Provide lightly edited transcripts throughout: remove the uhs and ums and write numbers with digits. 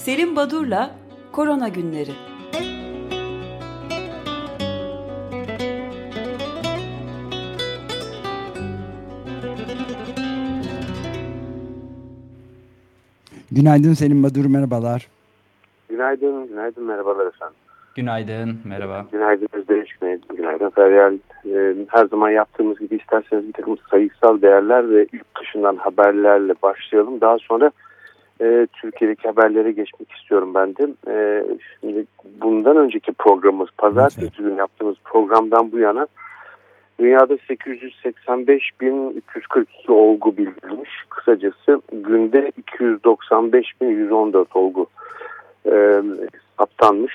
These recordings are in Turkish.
Selim Badur'la Korona Günleri. Günaydın Selim Badur, merhabalar. Günaydın, merhabalar efendim. Günaydın, merhaba. Günaydın Özdeş, günaydın Feryal. Her zaman yaptığımız gibi isterseniz bir takım sayısal değerler ve yurt dışından haberlerle başlayalım. Daha sonra Türkiye'deki haberlere geçmek istiyorum ben de. Şimdi bundan önceki programımız, pazartesi günü yaptığımız programdan bu yana dünyada 885.342 olgu bildirilmiş. Kısacası günde 295.114 olgu saptanmış.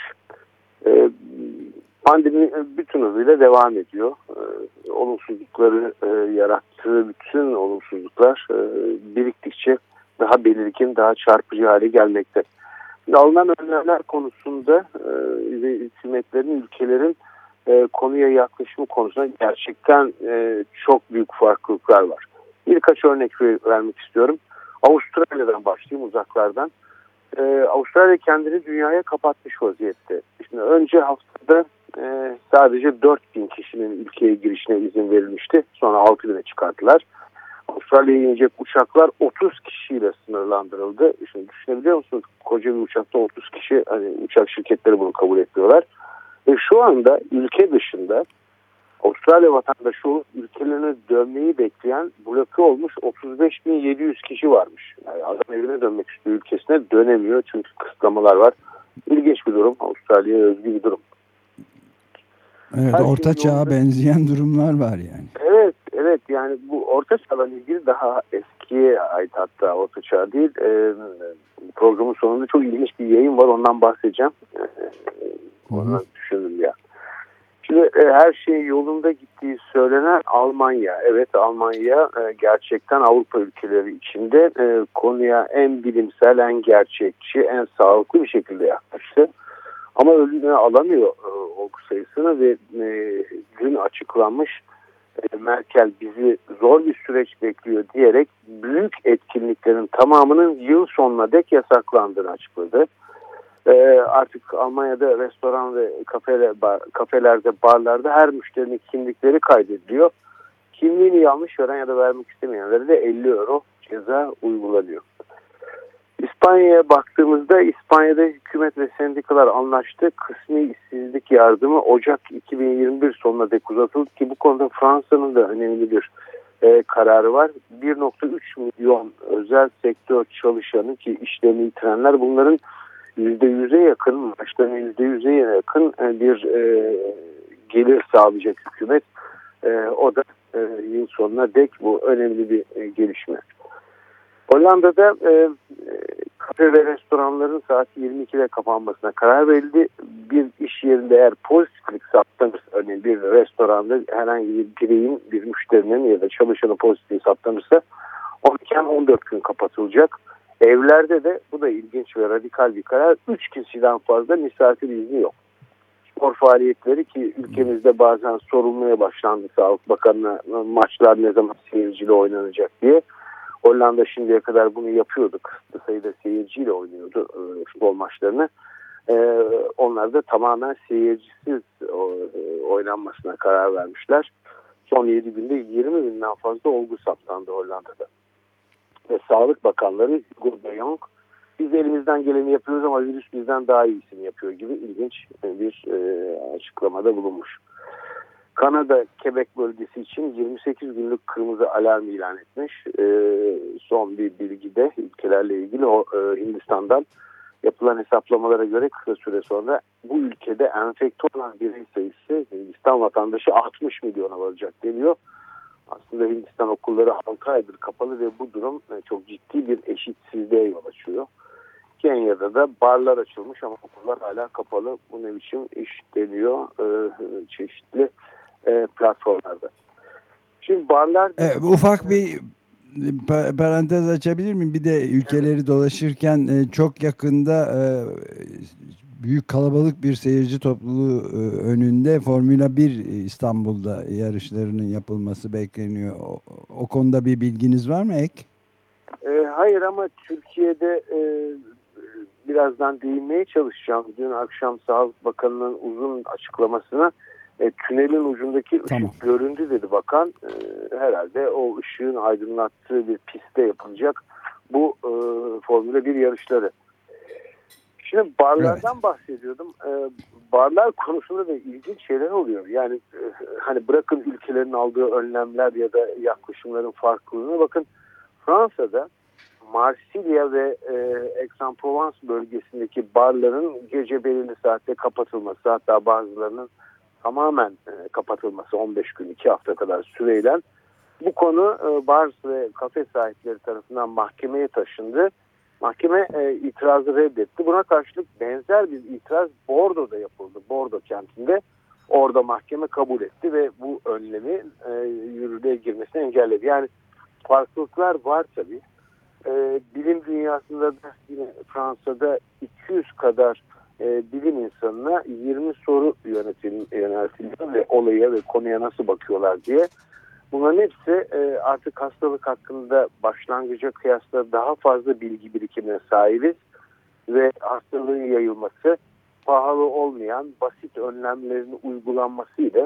Pandemi bütün hızıyla devam ediyor. Olumsuzlukları yarattığı bütün olumsuzluklar biriktikçe daha belirgin, daha çarpıcı hale gelmekte. Alınan önlemler konusunda hükümetlerin, ülkelerin konuya yaklaşımı konusunda gerçekten çok büyük farklılıklar var. Birkaç örnek vermek istiyorum. Avustralya'dan başlayayım, uzaklardan. Avustralya kendini dünyaya kapatmış vaziyette. Şimdi önce haftada sadece 4.000 kişinin ülkeye girişine izin verilmişti. Sonra 6.000'e çıkarttılar. Avustralya'ya inecek uçaklar 30 kişiyle sınırlandırıldı. Şimdi düşünebiliyor musunuz? Koca bir uçakta 30 kişi, hani uçak şirketleri bunu kabul ediyorlar. Ve şu anda ülke dışında Avustralya vatandaşı olup ülkelerine dönmeyi bekleyen bloke olmuş 35.700 kişi varmış. Yani adam evine dönmek istiyor, ülkesine dönemiyor çünkü kısıtlamalar var. İlginç bir durum, Avustralya'ya özgü bir durum. Evet, orta çağa benzeyen durumlar var yani. Evet yani bu orta çağla ilgili daha eskiye ait, hatta orta çağ değil. Programın sonunda çok ilginç bir yayın var, ondan bahsedeceğim. Ondan düşündüm ya. Şimdi her şey yolunda gittiği söylenen Almanya. Evet, Almanya gerçekten Avrupa ülkeleri içinde konuya en bilimsel, en gerçekçi, en sağlıklı bir şekilde yaklaştı. Ama önüne alamıyor olgu sayısını ve dün açıklanmış Merkel bizi zor bir süreç bekliyor diyerek büyük etkinliklerin tamamının yıl sonuna dek yasaklandığını açıkladı. Artık Almanya'da restoran ve kafelerde, barlarda her müşterinin kimlikleri kaydediliyor. Kimliğini yanlış veren ya da vermek istemeyenlere de 50 euro ceza uygulanıyor. İspanya'ya baktığımızda İspanya'da hükümet ve sendikalar anlaştı. Kısmi işsizlik yardımı Ocak 2021 sonuna dek uzatıldı ki bu konuda Fransa'nın da önemli bir kararı var. 1.3 milyon özel sektör çalışanı ki işlerini yitirenler, bunların %100'e yakın, maaşlarına %100'e yakın bir gelir sağlayacak hükümet. O da yıl sonuna dek bu önemli bir gelişme. Hollanda'da kafe ve restoranların saat 22'de kapanmasına karar verildi. Bir iş yerinde eğer pozitiflik saptanırsa, örneğin bir restoranda herhangi bir bireyin, bir müşterinin ya da çalışanın pozitiflik saptanırsa o mekan 14 gün kapatılacak. Evlerde de, bu da ilginç ve radikal bir karar, 3 kişiden fazla misafir izni yok. Spor faaliyetleri ki ülkemizde bazen sorulmaya başlandı Sağlık Bakanı'na, maçlar ne zaman seyirciyle oynanacak diye. Hollanda şimdiye kadar bunu yapıyordu. Kısıtlı sayıda seyirciyle oynuyordu futbol maçlarını. Onlar da tamamen seyircisiz oynanmasına karar vermişler. Son 7 günde 20.000'den fazla olgu saptandı Hollanda'da. Ve Sağlık Bakanları Hugo de Jonge, biz elimizden geleni yapıyoruz ama virüs bizden daha iyisini yapıyor gibi ilginç bir açıklamada bulunmuş. Kanada Quebec bölgesi için 28 günlük kırmızı alarm ilan etmiş. Son bir bilgide ülkelerle ilgili Hindistan'dan yapılan hesaplamalara göre kısa süre sonra bu ülkede enfekte olan birey sayısı Hindistan vatandaşı 60 milyona varacak deniyor. Aslında Hindistan okulları 6 aydır kapalı ve bu durum çok ciddi bir eşitsizliğe yol açıyor. Kenya'da da barlar açılmış ama okullar hala kapalı. Bu ne biçim iş deniyor çeşitli platformlarda. Şimdi barlar... Ufak bir parantez açabilir miyim? Bir de ülkeleri dolaşırken çok yakında büyük kalabalık bir seyirci topluluğu önünde Formula 1 İstanbul'da yarışlarının yapılması bekleniyor. O konuda bir bilginiz var mı ek? Hayır ama Türkiye'de birazdan değinmeye çalışacağım. Dün akşam Sağlık Bakanı'nın uzun açıklamasına tünelin ucundaki ışık göründü dedi bakan. Herhalde o ışığın aydınlattığı bir pistte yapılacak bu Formula 1 yarışları. Şimdi barlardan bahsediyordum. Barlar konusunda da ilginç şeyler oluyor. Yani hani bırakın ülkelerin aldığı önlemler ya da yaklaşımların farklılığına bakın. Fransa'da Marsilya ve Aix-en-Provence bölgesindeki barların gece belirli saatte kapatılması, hatta bazılarının tamamen kapatılması 15 gün 2 hafta kadar süreyle bu konu bar ve kafe sahipleri tarafından mahkemeye taşındı. Mahkeme itirazı reddetti. Buna karşılık benzer bir itiraz Bordeaux'da yapıldı. Bordeaux kentinde. Orada mahkeme kabul etti ve bu önlemi yürürlüğe girmesini engelledi. Yani farklılıklar var tabii. Bilim dünyasında da yine Fransa'da 200 kadar bilim insanına 20 soru yöneltiliyor ve olaya ve konuya nasıl bakıyorlar diye. Bunların hepsi artık hastalık hakkında başlangıca kıyasla daha fazla bilgi birikimine sahibiz ve hastalığın yayılması pahalı olmayan basit önlemlerin uygulanmasıyla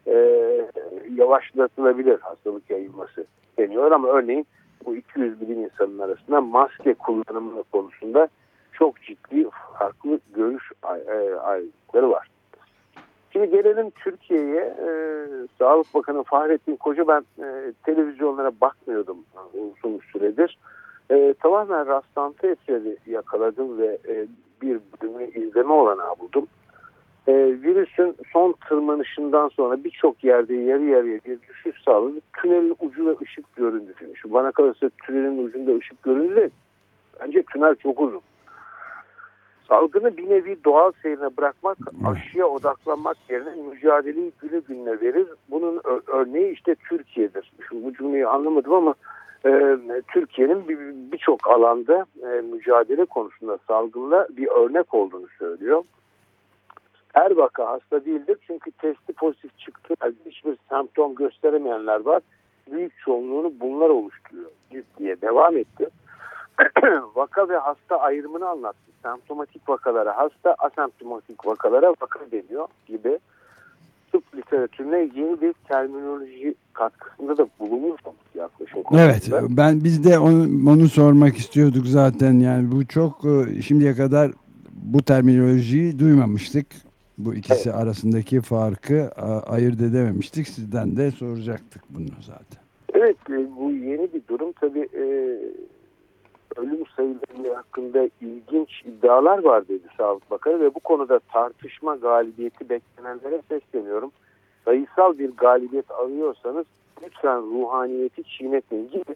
yavaşlatılabilir hastalık yayılması deniyor. Ama örneğin bu 200 bilim insanının arasında maske kullanımı konusunda çok ciddi farklı görüş ayrılıkları var. Şimdi gelelim Türkiye'ye. Sağlık Bakanı Fahrettin Koca, ben televizyonlara bakmıyordum uzun süredir. Tamamen rastlantı eseri yakaladım ve bir bölümü izleme olanağı buldum. Virüsün son tırmanışından sonra birçok yerde yarı yarıya bir düşüş sağladı. Tünelin ucu ve ışık göründü. Şu bana kalırsa tünelin ucunda ışık göründü de bence tünel çok uzun. Salgını bir nevi doğal seyrine bırakmak, aşıya odaklanmak yerine mücadeleyi günü gününe verir. Bunun örneği işte Türkiye'dir. Şu bu cümleyi anlamadım ama Türkiye'nin birçok alanda mücadele konusunda salgınla bir örnek olduğunu söylüyor. Her vaka hasta değildir çünkü testi pozitif çıktı. Hiçbir semptom gösteremeyenler var. Büyük çoğunluğunu bunlar oluşturuyor diye devam etti. Vaka ve hasta ayrımını anlattı. Semptomatik vakalara hasta, asemptomatik vakalara vaka deniyor gibi tıp literatürüne yeni bir terminoloji katkısında da bulunmuş yaklaşım konusunda. Evet, biz de onu sormak istiyorduk zaten. Yani bu çok şimdiye kadar bu terminolojiyi duymamıştık. Bu ikisi arasındaki farkı ayırt edememiştik. Sizden de soracaktık bunu zaten. Evet, bu yeni bir durum. Tabii ölüm sayıları hakkında ilginç iddialar var dedi Sağlık Bakanı ve bu konuda tartışma galibiyeti beklenenlere sesleniyorum. Sayısal bir galibiyet arıyorsanız lütfen ruhaniyeti çiğnetmeyin gibi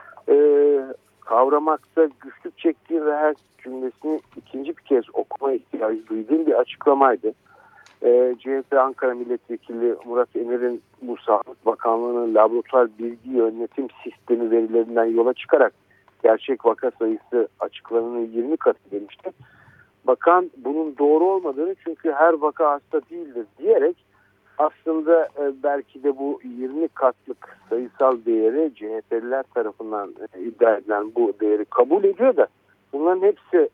kavramakta güçlük çektiği ve her cümlesini ikinci bir kez okuma ihtiyacı duyduğum bir açıklamaydı. CHP Ankara Milletvekili Murat Emir'in bu Sağlık Bakanlığı'nın laboratuvar bilgi yönetim sistemi verilerinden yola çıkarak gerçek vaka sayısı açıklananın 20 katı demişti. Bakan bunun doğru olmadığını, çünkü her vaka hasta değildir diyerek aslında belki de bu 20 katlık sayısal değeri CHP'liler tarafından iddia edilen bu değeri kabul ediyor da bunların hepsi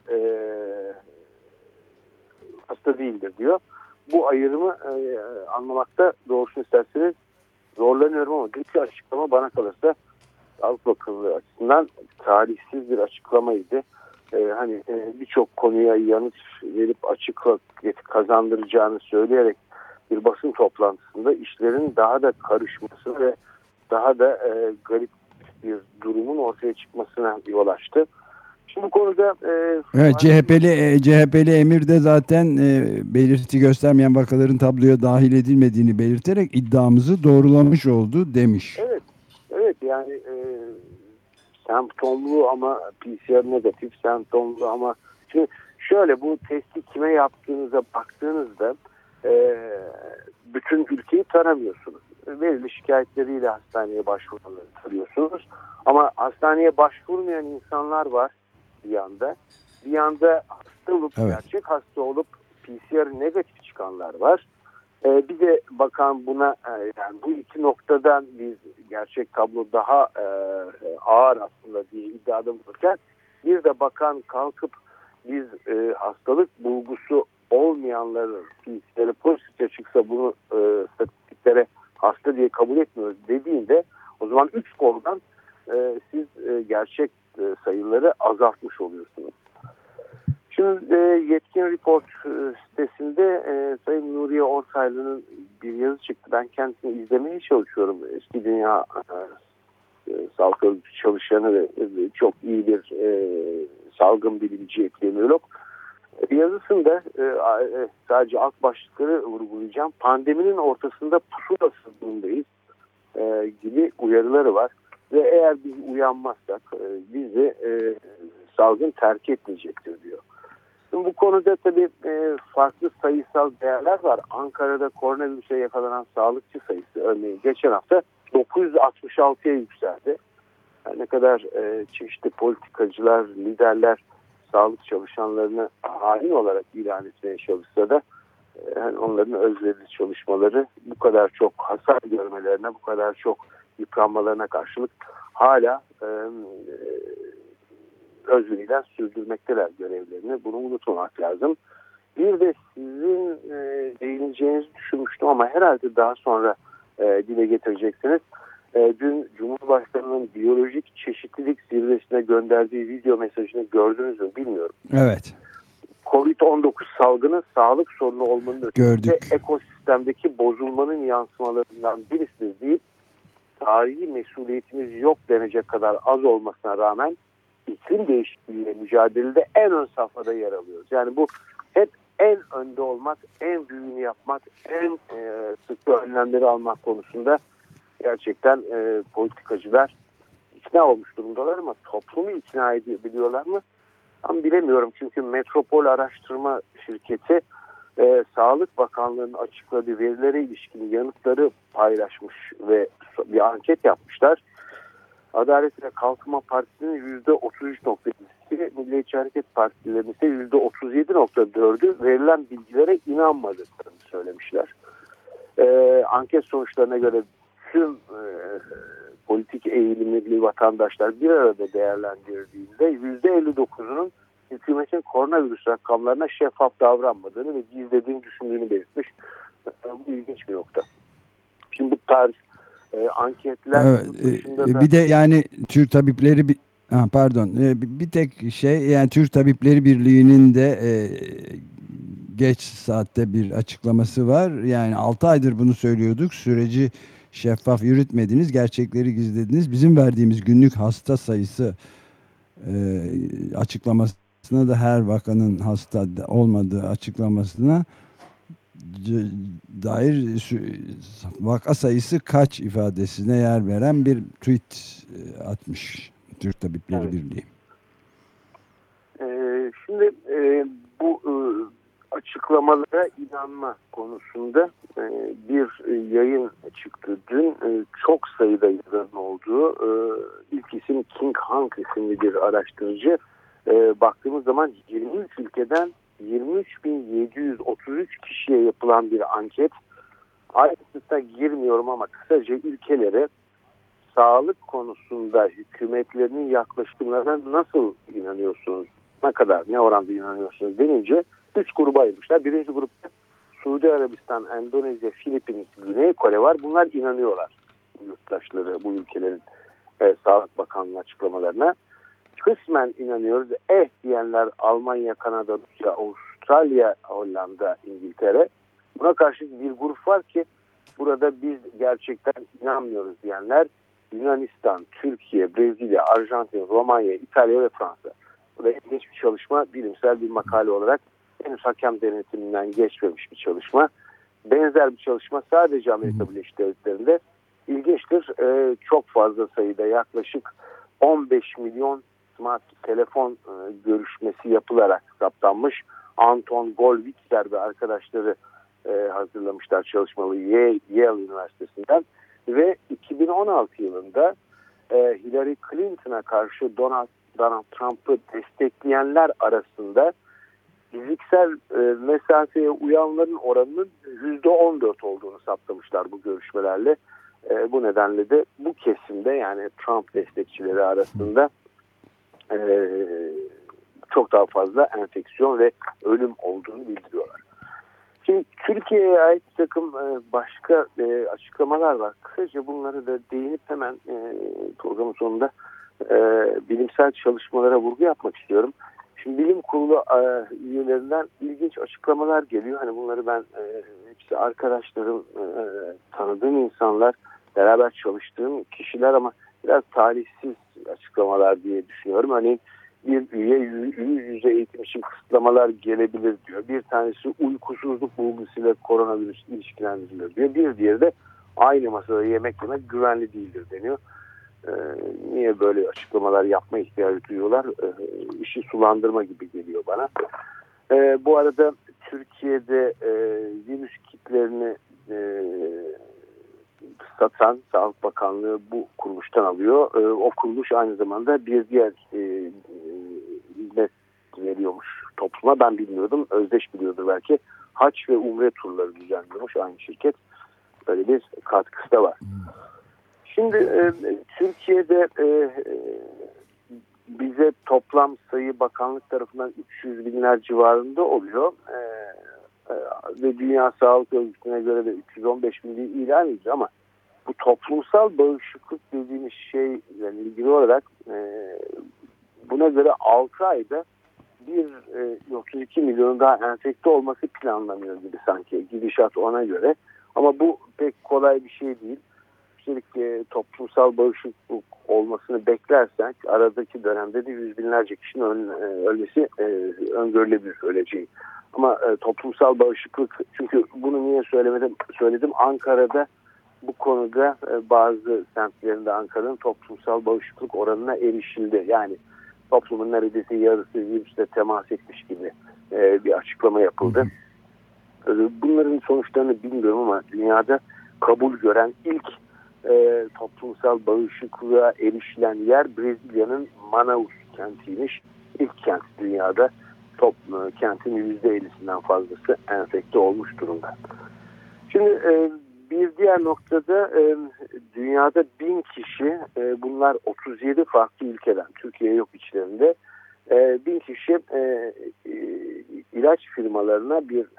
hasta değildir diyor. Bu ayrımı anlamakta doğrusunu isterseniz zorlanıyorum ama dünkü açıklama bana kalırsa Sağlık Bakanlığı açısından tarihsiz bir açıklamaydı. Birçok konuya yanıt verip açıklık kazandıracağını söyleyerek bir basın toplantısında işlerin daha da karışmasına ve daha da garip bir durumun ortaya çıkmasına yol açtı. Şimdi bu konuda evet, CHP'li Emir de zaten belirti göstermeyen vakaların tabloya dahil edilmediğini belirterek iddiamızı doğrulamış oldu demiş. Evet yani semptomlu ama PCR negatif, semptomlu ama şimdi şöyle, bu testi kime yaptığınıza baktığınızda bütün ülkeyi taramıyorsunuz. Belirli şikayetleriyle hastaneye başvuranları tarıyorsunuz. Ama hastaneye başvurmayan insanlar var bir yanda. Bir yanda hasta olup, gerçek hasta olup PCR negatif çıkanlar var. Bir de bakan buna yani bu iki noktadan biz gerçek tablo daha ağır aslında diye iddiada bulurken bir de bakan kalkıp biz hastalık bulgusu olmayanların PCR pozitifçe çıksa bunu statistiklere hasta diye kabul etmiyoruz dediğinde o zaman 3 koldan siz gerçek sayıları azaltmış oluyorsunuz. Şimdi Yetkin Report sitesinde Sayın Nuriye Orsaylı'nın bir yazı çıktı. Ben kendisini izlemeye çalışıyorum. Eski Dünya Sağlık Örgütü çalışanı ve çok iyi bir salgın bilimci, epidemiyolog. Yazısında sadece alt başlıkları vurgulayacağım. Pandeminin ortasında pusula sınırındayız gibi uyarıları var. Ve eğer biz uyanmazsak bizi salgın terk etmeyecektir diyor. Şimdi bu konuda tabii farklı sayısal değerler var. Ankara'da koronavirüse yakalanan sağlıkçı sayısı örneğin geçen hafta 966'ya yükseldi. Yani ne kadar çeşitli politikacılar, liderler sağlık çalışanlarını hain olarak ilan etmeye çalışsa da yani onların özverili çalışmaları bu kadar çok hasar görmelerine, bu kadar çok yıpranmalarına karşılık hala özveriyle sürdürmekteler görevlerini. Bunu unutmamak lazım. Bir de sizin değineceğinizi düşünmüştüm ama herhalde daha sonra dile getireceksiniz. Dün Cumhurbaşkanı'nın biyolojik çeşitlilik zirvesine gönderdiği video mesajını gördünüz mü bilmiyorum. Evet. Covid-19 salgını sağlık sorunu olmanın ötesinde gördük. Ekosistemdeki bozulmanın yansımalarından birisi deyip tarihi mesuliyetimiz yok denecek kadar az olmasına rağmen iklim değişikliğiyle mücadelede en ön safhada yer alıyoruz. Yani bu hep en önde olmak, en büyüğünü yapmak, en sıkı önlemleri almak konusunda gerçekten politikacılar ikna olmuş durumdalar ama toplumu ikna edebiliyorlar mı? Tam bilemiyorum çünkü Metropol Araştırma Şirketi Sağlık Bakanlığı'nın açıkladığı verilere ilişkin yanıtları paylaşmış ve bir anket yapmışlar. Adalet ve Kalkınma Partisi'nin %33.2'si, Milliyetçi Hareket Partisi'nin ise %37.4'ü verilen bilgilere inanmadıklarını söylemişler. Anket sonuçlarına göre tüm politik eğilimli vatandaşlar bir arada değerlendirildiğinde %59'unun hükümetin koronavirüs rakamlarına şeffaf davranmadığını ve gizlediğini düşündüğünü belirtmiş. Bu ilginç bir nokta. Şimdi bu tarz anketler da... bir de yani Türk Tabipleri bir tek şey yani Türk Tabipleri Birliği'nin de geç saatte bir açıklaması var. Yani 6 aydır bunu söylüyorduk. Süreci şeffaf yürütmediniz, gerçekleri gizlediniz. Bizim verdiğimiz günlük hasta sayısı açıklamasına da her vakanın hasta olmadığı açıklamasına dair vaka sayısı kaç ifadesine yer veren bir tweet atmış Türk Tabipleri Birliği. Şimdi bu açıklamalara inanma konusunda bir yayın çıktı dün. Çok sayıda yazarın olduğu ilk isim King Hank isimli bir araştırıcı. Baktığımız zaman 23 ülkeden 23.733 kişiye yapılan bir anket. Ayrıntısına girmiyorum ama kısaca ülkelere sağlık konusunda hükümetlerinin yaklaşımlarına nasıl inanıyorsunuz, ne kadar, ne oranda inanıyorsunuz denince 3 gruba ayırmışlar. Birinci grupta Suudi Arabistan, Endonezya, Filipin, Güney Kore var. Bunlar inanıyorlar yurttaşları bu ülkelerin Sağlık Bakanlığı açıklamalarına. Kısmen inanıyoruz. Diyenler Almanya, Kanada, Rusya, Avustralya, Hollanda, İngiltere. Buna karşı bir grup var ki burada biz gerçekten inanmıyoruz diyenler Yunanistan, Türkiye, Brezilya, Arjantin, Romanya, İtalya ve Fransa. Bu da ilginç bir çalışma. Bilimsel bir makale olarak henüz hakem denetiminden geçmemiş bir çalışma. Benzer bir çalışma sadece Amerika Birleşik Devletleri'nde ilginçtir. Çok fazla sayıda yaklaşık 15 milyon smart telefon görüşmesi yapılarak saptanmış. Anton Golwitzer ve arkadaşları hazırlamışlar çalışmayı Yale Üniversitesi'nden ve 2016 yılında Hillary Clinton'a karşı Donald Trump'ı destekleyenler arasında fiziksel mesafeye uyanların oranının %14 olduğunu saptamışlar bu görüşmelerle. Bu nedenle de bu kesimde yani Trump destekçileri arasında çok daha fazla enfeksiyon ve ölüm olduğunu bildiriyorlar. Şimdi Türkiye'ye ait bir takım başka açıklamalar var. Kısaca bunları da değinip hemen programın sonunda bilimsel çalışmalara vurgu yapmak istiyorum. Şimdi bilim kurulu üyelerinden ilginç açıklamalar geliyor. Hani bunları ben hepsi arkadaşlarım, tanıdığım insanlar, beraber çalıştığım kişiler ama biraz talihsiz açıklamalar diye düşünüyorum. Hani bir üye yüzde eğitim için kısıtlamalar gelebilir diyor. Bir tanesi uykusuzluk bulgusuyla koronavirüs ilişkilendirilir diyor. Bir diğeri de aynı masada yemek yemek güvenli değildir deniyor. Niye böyle açıklamalar yapma ihtiyacı duyuyorlar? İşi sulandırma gibi geliyor bana. Bu arada Türkiye'de virüs kitlerini satan Sağlık Bakanlığı bu kuruluştan alıyor. O kuruluş aynı zamanda bir diğer hizmet veriyormuş topluma. Ben bilmiyordum. Özdeş biliyordur belki. Haç ve Umre turları düzenliyormuş aynı şirket. Böyle bir katkısı da var. Şimdi Türkiye'de bize toplam sayı bakanlık tarafından 300 binler civarında oluyor. Ve Dünya Sağlık Örgütü'ne göre de 315 bin diye ilan edildi ama bu toplumsal bağışıklık dediğimiz şeyle ilgili olarak buna göre 6 ayda 1.32 milyon daha enfekte olması planlanıyor gibi sanki gidişat ona göre. Ama bu pek kolay bir şey değil. Üstelik toplumsal bağışıklık olmasını beklersek aradaki dönemde de yüz binlerce kişinin ölmesi öngörülebilir öleceği. Ama toplumsal bağışıklık, çünkü bunu niye söyledim Ankara'da bu konuda bazı semtlerinde Ankara'nın toplumsal bağışıklık oranına erişildi. Yani toplumun neredeyse yarısı virüsle temas etmiş gibi bir açıklama yapıldı. Bunların sonuçlarını bilmiyorum ama dünyada kabul gören ilk toplumsal bağışıklığa erişilen yer Brezilya'nın Manaus kentiymiş. İlk kent dünyada. Kentin %50'sinden fazlası enfekte olmuş durumda. Şimdi bir diğer noktada dünyada 1000 kişi, bunlar 37 farklı ülkeden, Türkiye yok içlerinde, 1000 kişi ilaç firmalarına bir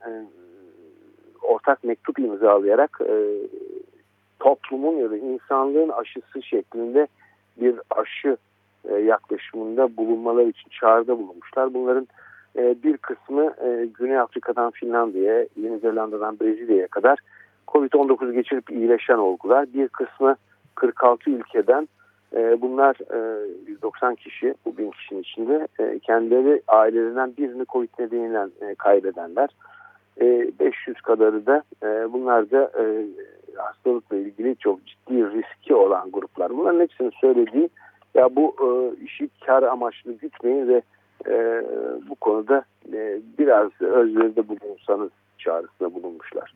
ortak mektup imzalayarak toplumun ya da insanlığın aşısı şeklinde bir aşı yaklaşımında bulunmaları için çağrıda bulunmuşlar. Bunların bir kısmı Güney Afrika'dan Finlandiya'ya, Yeni Zelanda'dan Brezilya'ya kadar COVID-19 geçirip iyileşen olgular. Bir kısmı 46 ülkeden, bunlar 190 kişi, bu 1000 kişinin içinde kendileri ailelerinden birini COVID nedeniyle kaybedenler. 500 kadarı da bunlar da hastalıkla ilgili çok ciddi riski olan gruplar. Bunların hepsinin söylediği ya bu işi kar amaçlı gütmeyin ve bu konuda biraz özveride bulunsanız çağrısında bulunmuşlar.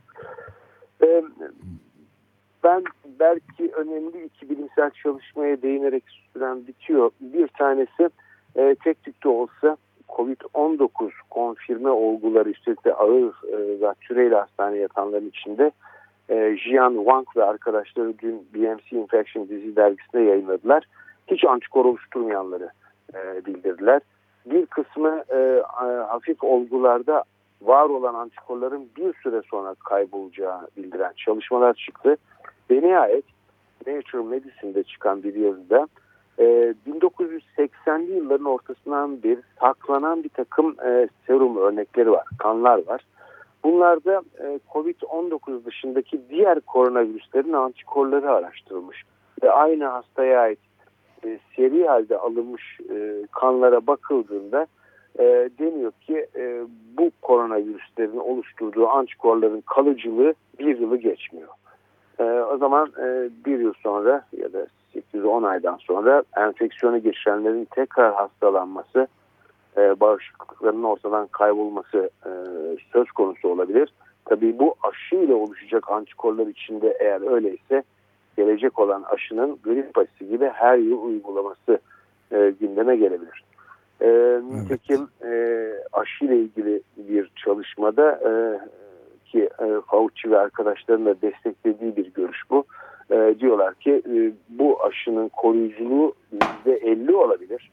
Ben belki önemli iki bilimsel çalışmaya değinerek süren bitiyor. Bir tanesi tek tük de olsa COVID-19 konfirme olguları, üstelik de ağır zatüreyle hastaneye yatanların içinde Jian Wang ve arkadaşları dün BMC Infection Disease dergisinde yayınladılar. Hiç antikor oluşturmayanları bildirdiler. Bir kısmı hafif olgularda var olan antikorların bir süre sonra kaybolacağı bildiren çalışmalar çıktı. Ve nihayet Nature Medicine'de çıkan bir yazıda 1980'li yılların ortasından beri saklanan bir takım serum örnekleri var, kanlar var. Bunlarda COVID-19 dışındaki diğer koronavirüslerin antikorları araştırılmış. Ve aynı hastaya ait seri halde alınmış kanlara bakıldığında deniyor ki bu koronavirüslerin oluşturduğu antikorların kalıcılığı bir yılı geçmiyor. O zaman bir yıl sonra ya da 8-10 aydan sonra enfeksiyonu geçirenlerin tekrar hastalanması, bağışıklıklarının ortadan kaybolması söz konusu olabilir. Tabii bu aşı ile oluşacak antikorlar içinde eğer öyleyse gelecek olan aşının grip aşısı gibi her yıl uygulaması gündeme gelebilir. Nitekim aşı ile ilgili bir çalışmada ki Fauci ve arkadaşlarının da desteklediği bir görüş bu. Diyorlar ki bu aşının koruyuculuğu %50 olabilir.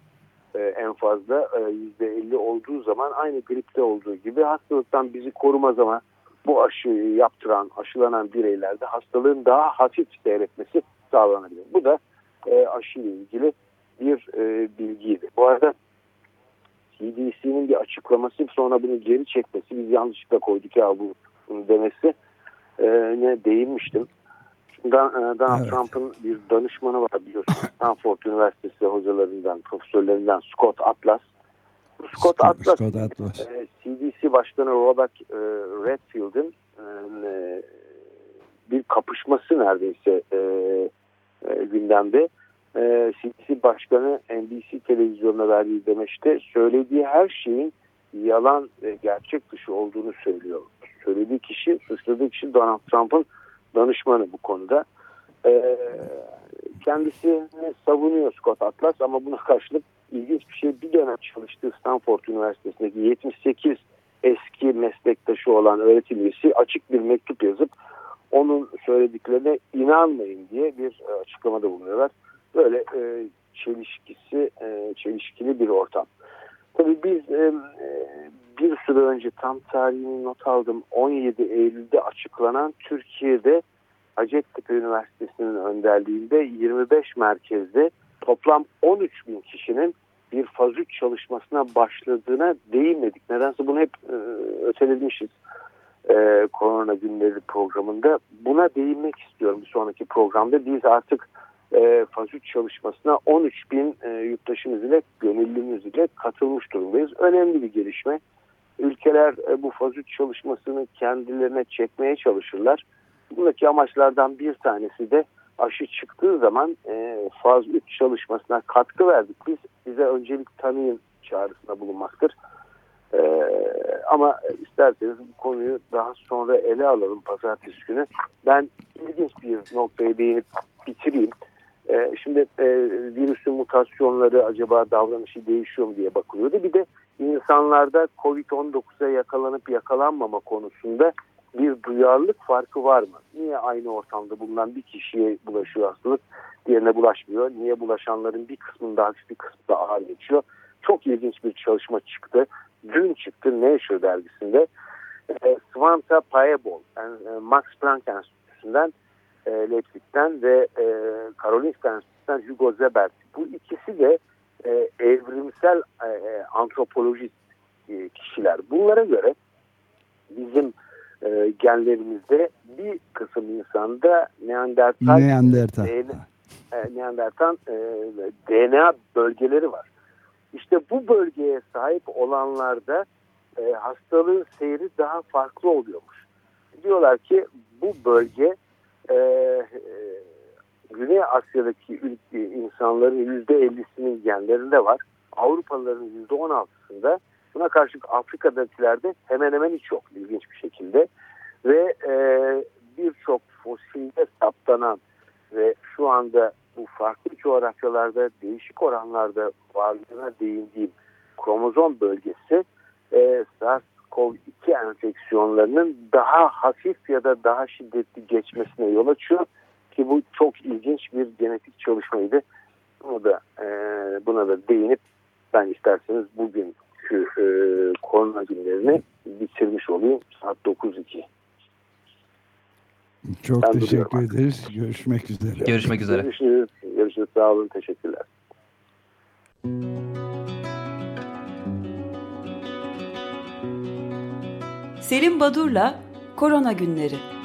en fazla %50 olduğu zaman aynı gripte olduğu gibi hastalıktan bizi korumaz ama bu aşıyı yaptıran, aşılanan bireylerde hastalığın daha hafif seyretmesi sağlanabilir. Bu da aşıyla ilgili bir bilgiydi. Bu arada CDC'nin bir açıklaması sonra bunu geri çekmesi, biz yanlışlıkla koyduk ya bunu demesi ne değinmiştim. Donald Trump'ın bir danışmanı var biliyorsun. Stanford Üniversitesi hocalarından, profesörlerinden Scott Atlas. Bu Scott Atlas. CDC Başkanı Robert Redfield'in bir kapışması neredeyse gündemde. CDC Başkanı NBC televizyonuna verdiği demeçte söylediği her şeyin yalan ve gerçek dışı olduğunu söylüyor. Suçladığı kişi Donald Trump'ın danışmanı bu konuda. Kendisini savunuyor Scott Atlas ama buna karşılık ilginç bir şey, bir dönem çalıştığı Stanford Üniversitesi'ndeki 78 eski meslektaşı olan öğretim üyesi açık bir mektup yazıp onun söylediklerine inanmayın diye bir açıklamada bulunuyorlar. Böyle çelişkili bir ortam. Tabii biz bir süre önce tam tarihini not aldım. 17 Eylül'de açıklanan Türkiye'de Hacettepe Üniversitesi'nin önderliğinde 25 merkezde toplam 13 bin kişinin bir faz 3 çalışmasına başladığına değinmedik. Nedense bunu hep ötelemişiz korona günleri programında. Buna değinmek istiyorum bir sonraki programda. Biz artık faz 3 çalışmasına 13 bin yurttaşımız ile, gönüllümüz ile katılmış durumdayız. Önemli bir gelişme. Ülkeler bu faz 3 çalışmasını kendilerine çekmeye çalışırlar. Bundaki amaçlardan bir tanesi de aşı çıktığı zaman faz 3 çalışmasına katkı verdik. Bize öncelik tanıyın çağrısında bulunmaktır. Ama isterseniz bu konuyu daha sonra ele alalım pazartesi günü. Ben ilginç bir noktaya değinip bitireyim. Şimdi virüsün mutasyonları acaba davranışı değişiyor mu diye bakılıyordu. Bir de insanlarda COVID-19'a yakalanıp yakalanmama konusunda bir duyarlılık farkı var mı? Niye aynı ortamda bulunan bir kişiye bulaşıyor hastalık, diğerine bulaşmıyor? Niye bulaşanların bir kısmında hafif, bir kısmında ağır geçiyor? Çok ilginç bir çalışma çıktı. Dün çıktı Nature dergisinde. Svante Pääbo, yani Max Planck Enstitüsü'nden, Leipzig'ten ve Karolinska Enstitüsü'nden Hugo Zebert. Bu ikisi de evrimsel antropolojist kişiler. Bunlara göre bizim genlerimizde bir kısım insanda Neandertal DNA bölgeleri var. İşte bu bölgeye sahip olanlarda hastalığın seyri daha farklı oluyormuş. Diyorlar ki bu bölge Güney Asya'daki insanların %50'sinin genlerinde var. Avrupalıların %16'sında. Buna karşılık Afrika'dakilerde hemen hemen hiç yok ilginç bir şekilde. Ve birçok fosilde saptanan ve şu anda bu farklı coğrafyalarda değişik oranlarda varlığına değindiğim kromozom bölgesi SARS-CoV-2 enfeksiyonlarının daha hafif ya da daha şiddetli geçmesine yol açıyor ki bu çok ilginç bir genetik çalışmaydı. Buna da değinip ben isterseniz bugünkü korona günlerini bitirmiş olayım. Saat 9:02. Çok teşekkür ederiz. Görüşmek üzere. Görüşmek üzere. Görüşürüz. Sağ olun. Teşekkürler. Selim Badur'la Korona Günleri.